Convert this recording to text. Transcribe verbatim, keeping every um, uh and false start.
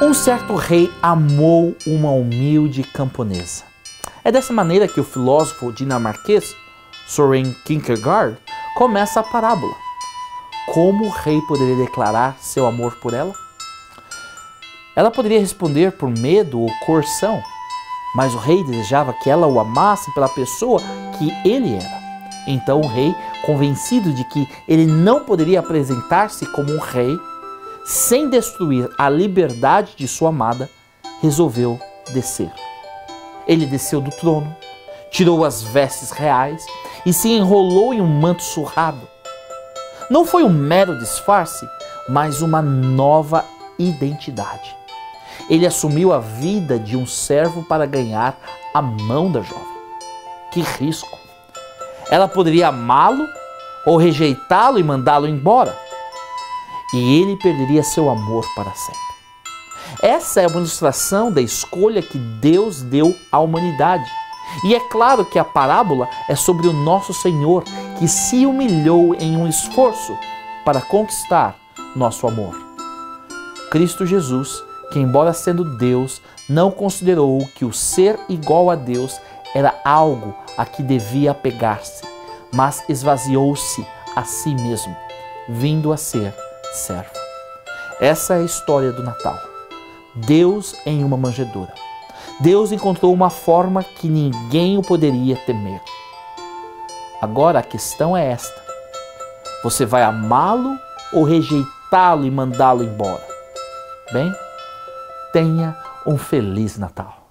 Um certo rei amou uma humilde camponesa. É dessa maneira que o filósofo dinamarquês Søren Kierkegaard começa a parábola. Como o rei poderia declarar seu amor por ela? Ela poderia responder por medo ou coerção, mas o rei desejava que ela o amasse pela pessoa que ele era. Então o rei, convencido de que ele não poderia apresentar-se como um rei, sem destruir a liberdade de sua amada, resolveu descer. Ele desceu do trono, tirou as vestes reais e se enrolou em um manto surrado. Não foi um mero disfarce, mas uma nova identidade. Ele assumiu a vida de um servo para ganhar a mão da jovem. Que risco! Ela poderia amá-lo ou rejeitá-lo e mandá-lo embora. E ele perderia seu amor para sempre. Essa é uma ilustração da escolha que Deus deu à humanidade. E é claro que a parábola é sobre o nosso Senhor, que se humilhou em um esforço para conquistar nosso amor. Cristo Jesus, que embora sendo Deus, não considerou que o ser igual a Deus era algo a que devia apegar-se, mas esvaziou-se a si mesmo, vindo a ser servo. Essa é a história do Natal. Deus em uma manjedoura. Deus encontrou uma forma que ninguém o poderia temer. Agora a questão é esta: você vai amá-lo ou rejeitá-lo e mandá-lo embora? Bem, tenha um Feliz Natal.